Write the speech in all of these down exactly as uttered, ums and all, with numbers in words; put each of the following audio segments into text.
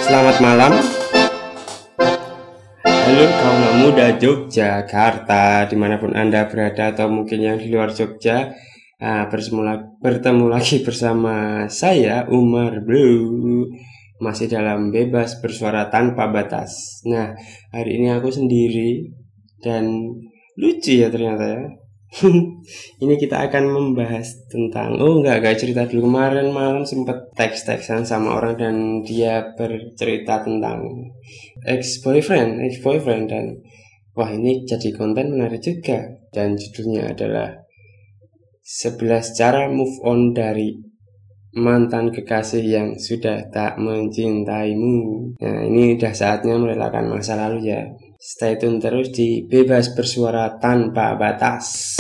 Selamat malam. Halo kaum muda Yogyakarta, dimanapun Anda berada atau mungkin yang di luar Jogja. Nah, bersemula, bertemu lagi bersama saya Umar Bro, masih dalam bebas bersuara tanpa batas. Nah, hari ini aku sendiri dan lucu ya ternyata ya. Ini kita akan membahas tentang oh enggak enggak cerita dulu. Kemarin malam sempet teks-teksan sama orang dan dia bercerita tentang ex boyfriend ex boyfriend dan wah, ini jadi konten menarik juga, dan judulnya adalah sebelas cara move on dari mantan kekasih yang sudah tak mencintaimu. Nah, ini udah saatnya merelakan masa lalu ya. Stay tune terus di Bebas Bersuara Tanpa Batas.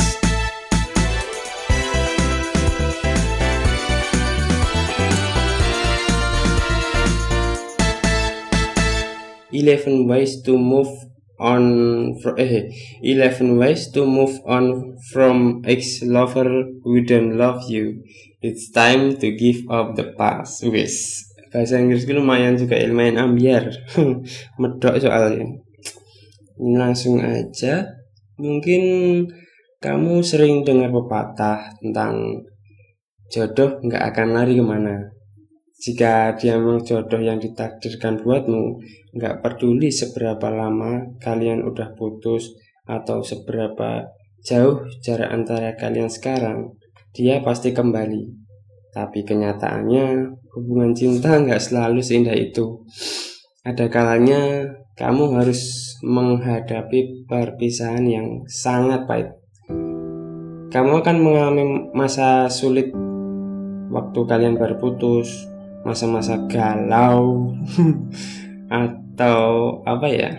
eleven ways to move on from eh eleven ways to move on from ex lover who don't love you. It's time to give up the past. Wis, bahasa Inggrisku lumayan juga, lumayan ambiar. Medok soalnya. Langsung aja, mungkin kamu sering dengar pepatah tentang jodoh nggak akan lari kemana. Jika dia memang jodoh yang ditakdirkan buatmu, nggak peduli seberapa lama kalian udah putus atau seberapa jauh jarak antara kalian sekarang, dia pasti kembali. Tapi kenyataannya hubungan cinta nggak selalu seindah itu. Ada kalanya kamu harus menghadapi perpisahan yang sangat pahit. Kamu akan mengalami masa sulit waktu kalian baru putus, masa-masa galau atau apa ya,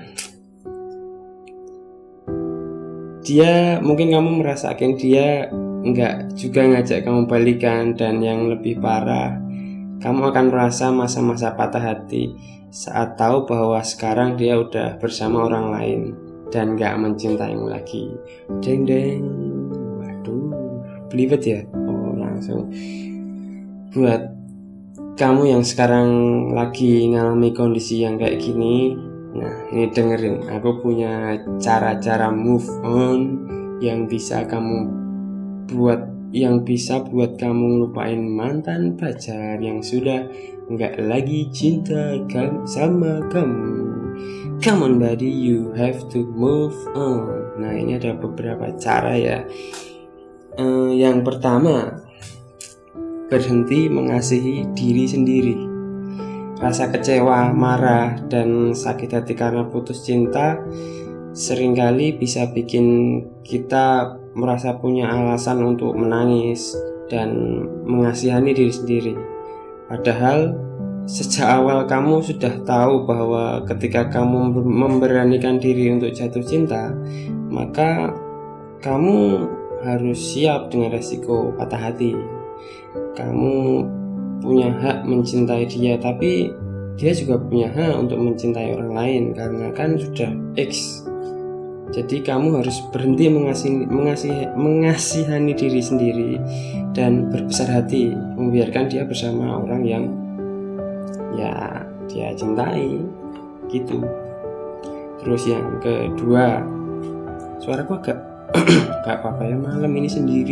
dia mungkin kamu merasakan dia enggak juga ngajak kamu balikan, dan yang lebih parah, kamu akan merasa masa-masa patah hati saat tahu bahwa sekarang dia udah bersama orang lain dan enggak mencintaimu lagi. Deng deng, waduh, belibet ya. Oh, langsung buat kamu yang sekarang lagi ngalami kondisi yang kayak gini, nah ini dengerin, aku punya cara-cara move on yang bisa kamu buat, yang bisa buat kamu lupain mantan pacar yang sudah nggak lagi cinta sama kamu. Come on buddy, you have to move on. Nah, ini ada beberapa cara ya. uh, Yang pertama, berhenti mengasihi diri sendiri. Rasa kecewa, marah, dan sakit hati karena putus cinta seringkali bisa bikin kita merasa punya alasan untuk menangis dan mengasihani diri sendiri. Padahal sejak awal kamu sudah tahu bahwa ketika kamu memberanikan diri untuk jatuh cinta, maka kamu harus siap dengan resiko patah hati. Kamu punya hak mencintai dia, tapi dia juga punya hak untuk mencintai orang lain karena kan sudah ex. Jadi kamu harus berhenti mengasihi, mengasihi, mengasihani diri sendiri dan berbesar hati membiarkan dia bersama orang yang ya dia cintai gitu. Terus yang kedua, suaraku agak gak apa-apa ya malam ini sendiri.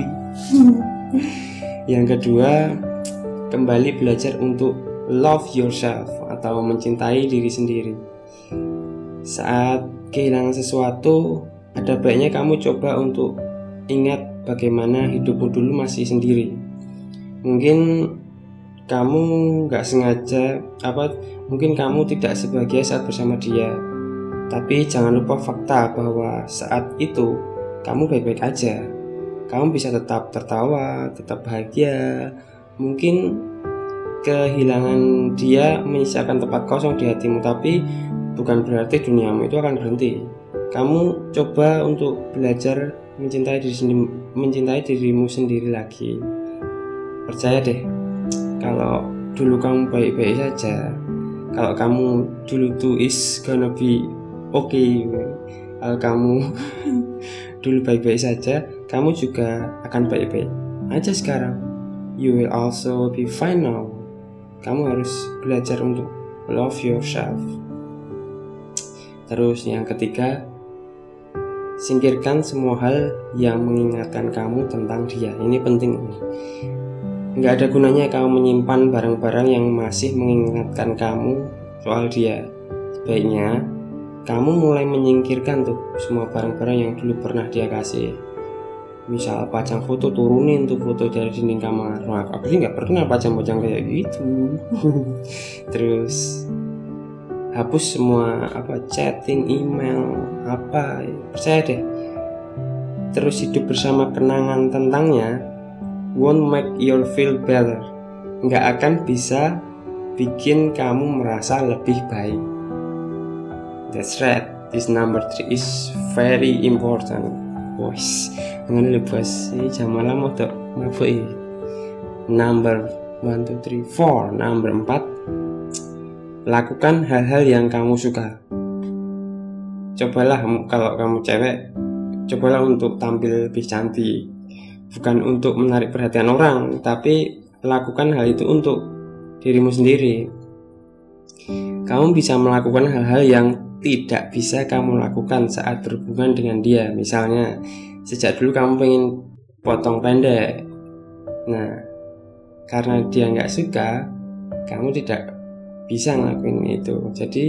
Yang kedua, kembali belajar untuk love yourself atau mencintai diri sendiri. Saat kehilangan sesuatu, ada baiknya kamu coba untuk ingat bagaimana hidupmu dulu masih sendiri. Mungkin kamu gak sengaja, apa mungkin kamu tidak sebahagia saat bersama dia, tapi jangan lupa fakta bahwa saat itu kamu baik-baik aja. Kamu bisa tetap tertawa, tetap bahagia. Mungkin kehilangan dia menyisakan tempat kosong di hatimu, tapi bukan berarti duniamu itu akan berhenti. Kamu coba untuk belajar mencintai diri sendiri, mencintai dirimu sendiri lagi. Percaya deh, kalau dulu kamu baik-baik saja, kalau kamu dulu tuh is gonna be okay, kalau kamu dulu baik-baik saja, kamu juga akan baik-baik aja sekarang. You will also be fine now. Kamu harus belajar untuk love yourself. Terus yang ketiga, singkirkan semua hal yang mengingatkan kamu tentang dia. Ini penting. Nggak ada gunanya kamu menyimpan barang-barang yang masih mengingatkan kamu soal dia. Sebaiknya kamu mulai menyingkirkan tuh semua barang-barang yang dulu pernah dia kasih. Misal pajang foto, turunin tuh foto dari dinding kamar. Nah, aku sih nggak pernah pajang-pajang kayak gitu. Terus hapus semua apa chatting, email, apa, percaya deh. Terus hidup bersama kenangan tentangnya won't make you feel better. Nggak akan bisa bikin kamu merasa lebih baik. That's right. This number three is very important. Boys, mengenai bos, ini jam malam untuk mabuk. Number one, two, three, four. Number empat, lakukan hal-hal yang kamu suka. Cobalah kalau kamu cewek, cobalah untuk tampil lebih cantik. Bukan untuk menarik perhatian orang, tapi lakukan hal itu untuk dirimu sendiri. Kamu bisa melakukan hal-hal yang tidak bisa kamu lakukan saat berhubungan dengan dia. Misalnya, sejak dulu kamu pengen potong pendek. Nah, karena dia nggak suka, kamu tidak bisa ngelakuin itu. Jadi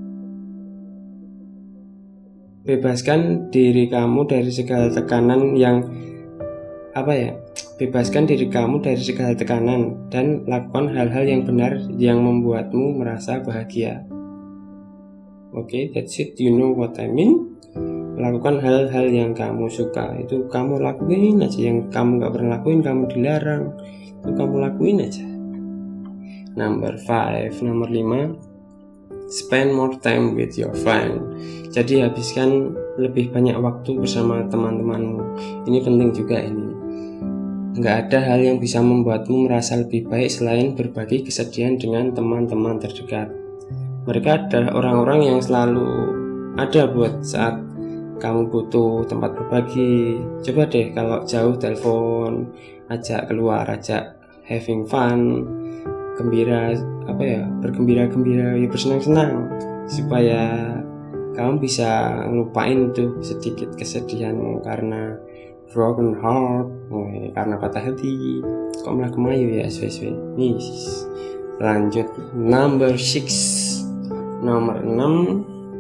bebaskan diri kamu dari segala tekanan yang apa ya bebaskan diri kamu dari segala tekanan dan lakukan hal-hal yang benar yang membuatmu merasa bahagia. Oke, okay, that's it. You know what I mean? Lakukan hal-hal yang kamu suka. Itu kamu lakuin aja. Yang kamu gak pernah lakuin, kamu dilarang, itu kamu lakuin aja. Number five, nomor lima, spend more time with your friend. Jadi habiskan lebih banyak waktu bersama teman-temanmu. Ini penting juga ini. Nggak ada hal yang bisa membuatmu merasa lebih baik selain berbagi kesedihan dengan teman-teman terdekat. Mereka adalah orang-orang yang selalu ada buat saat kamu butuh tempat berbagi. Coba deh kalau jauh telepon, ajak keluar, ajak having fun, gembira apa ya bergembira-gembira ya bersenang-senang supaya kamu bisa ngelupain tuh sedikit kesedihanmu karena broken heart, oh, karena patah hati. Kok malah kemayu ya sesuai nih. Lanjut number six, nomor enam,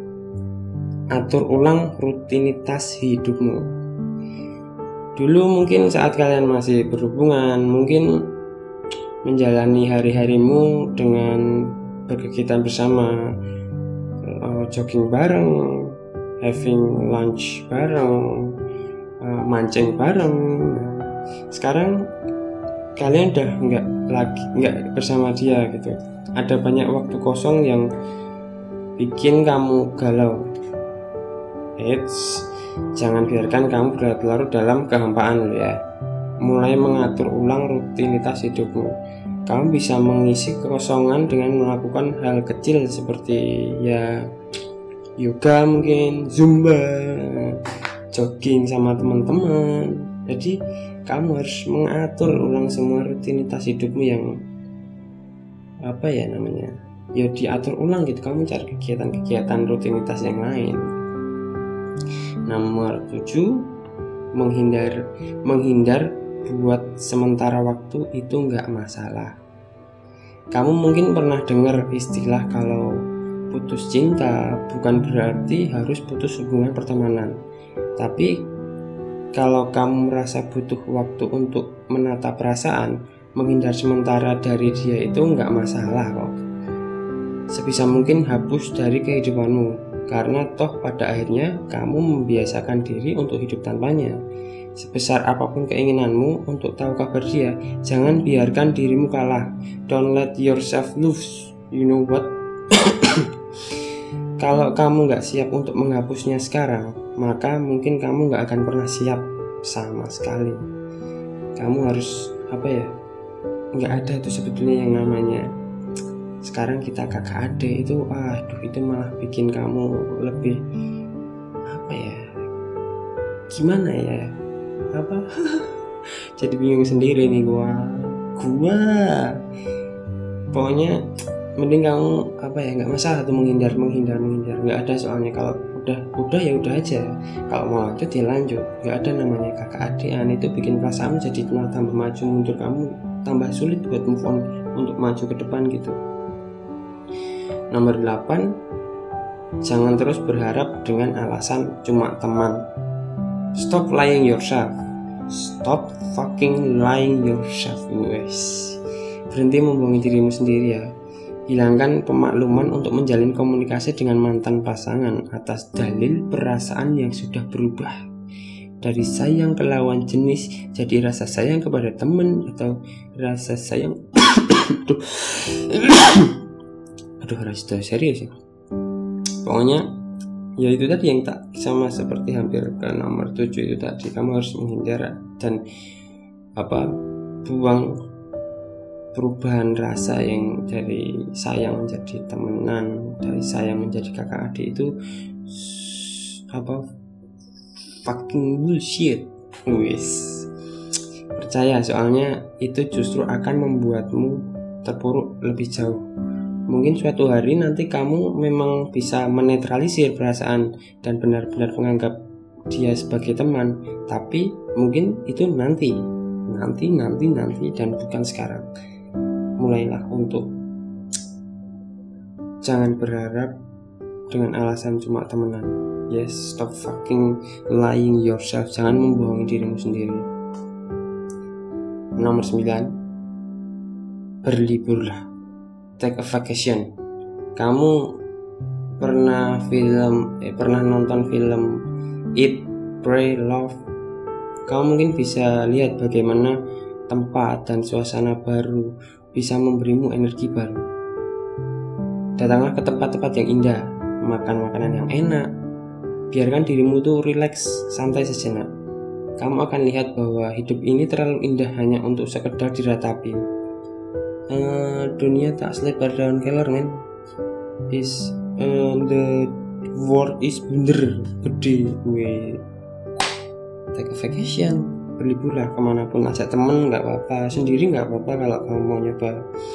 atur ulang rutinitas hidupmu. Dulu mungkin saat kalian masih berhubungan, mungkin menjalani hari-harimu dengan berkegiatan bersama, uh, jogging bareng, having lunch bareng, uh, mancing bareng. Sekarang kalian udah nggak lagi nggak bersama dia gitu. Ada banyak waktu kosong yang bikin kamu galau. Eits, jangan biarkan kamu berlarut-larut dalam kehampaan ya. Mulai mengatur ulang rutinitas hidupmu. Kamu bisa mengisi kekosongan dengan melakukan hal kecil seperti ya yoga mungkin, zumba, jogging sama teman-teman. Jadi kamu harus mengatur ulang semua rutinitas hidupmu yang apa ya namanya, ya diatur ulang gitu. Kamu cari kegiatan-kegiatan rutinitas yang lain. Nomor tujuh, menghindar menghindar buat sementara waktu itu nggak masalah. Kamu mungkin pernah dengar istilah kalau putus cinta bukan berarti harus putus hubungan pertemanan. Tapi kalau kamu merasa butuh waktu untuk menata perasaan, menghindar sementara dari dia itu nggak masalah kok. Sebisa mungkin hapus dari kehidupanmu, karena toh pada akhirnya kamu membiasakan diri untuk hidup tanpanya. Sebesar apapun keinginanmu untuk tahu kabar dia, jangan biarkan dirimu kalah. Don't let yourself lose. You know what? Kalau kamu gak siap untuk menghapusnya sekarang, maka mungkin kamu gak akan pernah siap sama sekali. Kamu harus, apa ya, gak ada itu sebetulnya yang namanya sekarang kita kakak adik itu, aduh itu malah bikin kamu lebih, apa ya, gimana ya, apa jadi bingung sendiri nih gua gua pokoknya mending kamu apa ya, nggak masalah tuh menghindar menghindar menghindar nggak ada, soalnya kalau udah udah ya udah aja, kalau mau lanjut ya lanjut, nggak ada namanya kakak adikan. Itu bikin perasaan jadi tambah maju mundur, kamu tambah sulit buat move on untuk maju ke depan gitu. Nomor delapan, jangan terus berharap dengan alasan cuma teman. Stop lying yourself. Stop fucking lying yourself, guys. Berhenti membohongi dirimu sendiri ya. Hilangkan pemakluman untuk menjalin komunikasi dengan mantan pasangan atas dalil perasaan yang sudah berubah dari sayang ke lawan jenis jadi rasa sayang kepada teman atau rasa sayang aduh aduh harus serius ya. Pokoknya ya itu tadi yang tak sama seperti hampir ke nomor tujuh itu tadi, kamu harus menghindar dan apa buang perubahan rasa yang dari sayang menjadi temenan, dari sayang menjadi kakak adik itu apa fucking bullshit, wis. Percaya, soalnya itu justru akan membuatmu terpuruk lebih jauh. Mungkin suatu hari nanti kamu memang bisa menetralisir perasaan dan benar-benar menganggap dia sebagai teman, tapi mungkin itu nanti, nanti, nanti, nanti dan bukan sekarang. Mulailah untuk jangan berharap dengan alasan cuma temenan. Yes, stop fucking lying yourself. Jangan membohongi dirimu sendiri. Nomor sembilan, berliburlah. Take a vacation. Kamu pernah film eh, pernah nonton film Eat, Pray, Love? Kamu mungkin bisa lihat bagaimana tempat dan suasana baru bisa memberimu energi baru. Datanglah ke tempat-tempat yang indah, makan makanan yang enak, biarkan dirimu tuh rileks, santai sejenak. Kamu akan lihat bahwa hidup ini terlalu indah hanya untuk sekedar diratapi. Uh, dunia tak selebar daun kelor, men. Is uh, the world is bener gede, gue. Take a vacation. Berliburlah kemanapun, ajak temen nggak apa-apa, sendiri nggak apa-apa kalau kamu mau nyoba.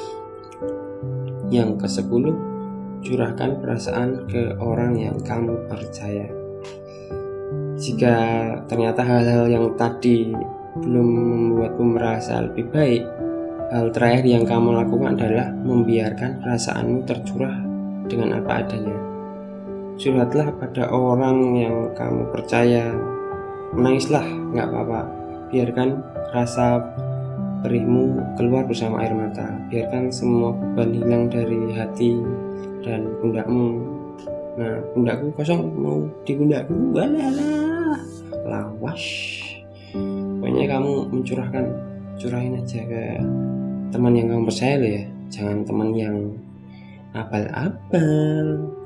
Yang ke sepuluh, curahkan perasaan ke orang yang kamu percaya. Jika ternyata hal-hal yang tadi belum membuatmu merasa lebih baik, hal terakhir yang kamu lakukan adalah membiarkan perasaanmu tercurah dengan apa adanya. Curhatlah pada orang yang kamu percaya, menangislah nggak apa-apa. Biarkan rasa perihmu keluar bersama air mata. Biarkan semua beban hilang dari hati dan pundakmu. Nah, pundakku kosong, mau di pundakku, walalah, lawas. Pokoknya kamu mencurahkan, curahin aja ke teman yang kamu percaya loh ya. Jangan teman yang abal-abal.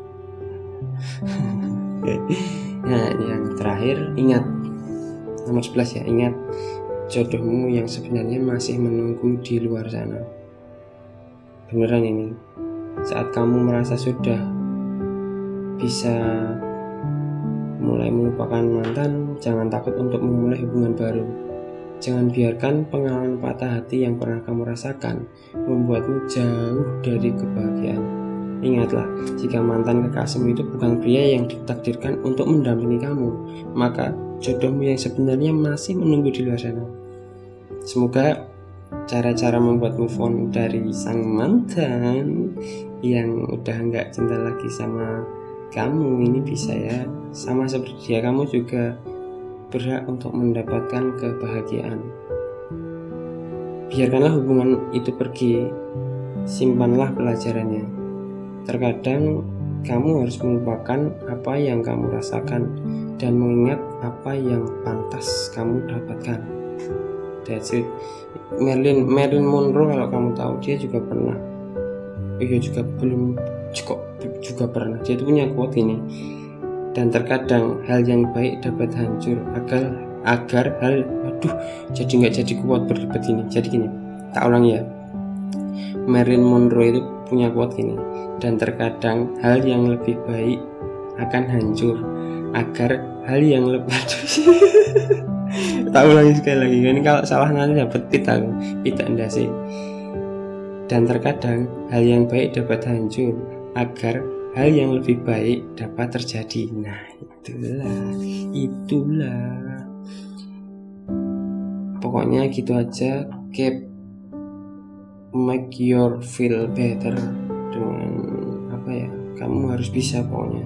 Nah, yang terakhir, ingat nomor sebelas ya, ingat jodohmu yang sebenarnya masih menunggu di luar sana. Beneran ini. Saat kamu merasa sudah bisa mulai melupakan mantan, jangan takut untuk memulai hubungan baru. Jangan biarkan pengalaman patah hati yang pernah kamu rasakan membuatmu jauh dari kebahagiaan. Ingatlah, jika mantan kekasihmu itu bukan pria yang ditakdirkan untuk mendampingi kamu, maka jodohmu yang sebenarnya masih menunggu di luar sana. Semoga cara-cara membuat move on dari sang mantan yang udah nggak cinta lagi sama kamu ini bisa ya, sama seperti dia, kamu juga berhak untuk mendapatkan kebahagiaan. Biarkanlah hubungan itu pergi, simpanlah pelajarannya. Terkadang kamu harus melupakan apa yang kamu rasakan dan mengingat apa yang pantas kamu dapatkan. That's it. Marilyn Marilyn Monroe, kalau kamu tahu, dia juga pernah, iya juga belum cukup juga pernah. Dia itu punya quote ini. Dan terkadang hal yang baik dapat hancur agar agar hal aduh jadi nggak jadi quote berdebat ini. Jadi gini, tak ulang ya. Marilyn Monroe itu punya quote gini. Dan terkadang hal yang lebih baik akan hancur agar hal yang lebih tak ulangi sekali lagi, ini kalau salah nanti dapat pita pita enggak sih. Dan terkadang hal yang baik dapat hancur agar hal yang lebih baik dapat terjadi. Nah, itulah, itulah. Pokoknya gitu aja. Keep make your feel better dengan apa ya? Kamu harus bisa pokoknya.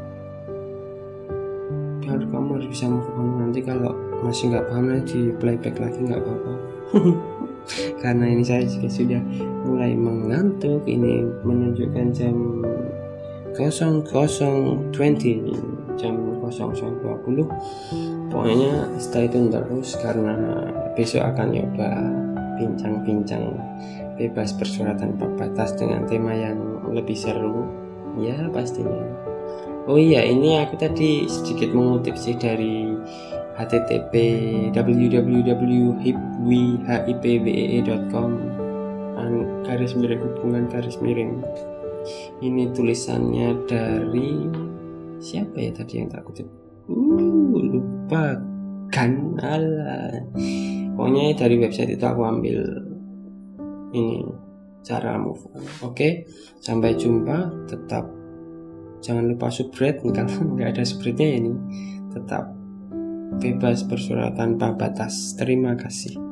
Harus kamu harus bisa move on. Nanti kalau masih nggak paham lagi playback lagi nggak apa-apa. Karena ini saya juga sudah mulai mengantuk. Ini menunjukkan jam nol nol dua puluh, jam nol nol dua puluh. Pokoknya stay tune terus karena besok akan nyoba bincang-bincang bebas bersyarat tanpa batas dengan tema yang lebih seru ya pastinya. Oh iya, ini aku tadi sedikit mengutip sih dari h t t p w w w titik hipwee dot com garis miring hubungan garis miring. Ini tulisannya dari siapa ya tadi yang tak kutip? Uh, lupa kan, ala. Pokoknya dari website itu aku ambil ini cara move on. Oke, sampai jumpa. Tetap jangan lupa subscribe kalau nggak ada subscribe-nya ini. Tetap bebas bersuara tanpa batas. Terima kasih.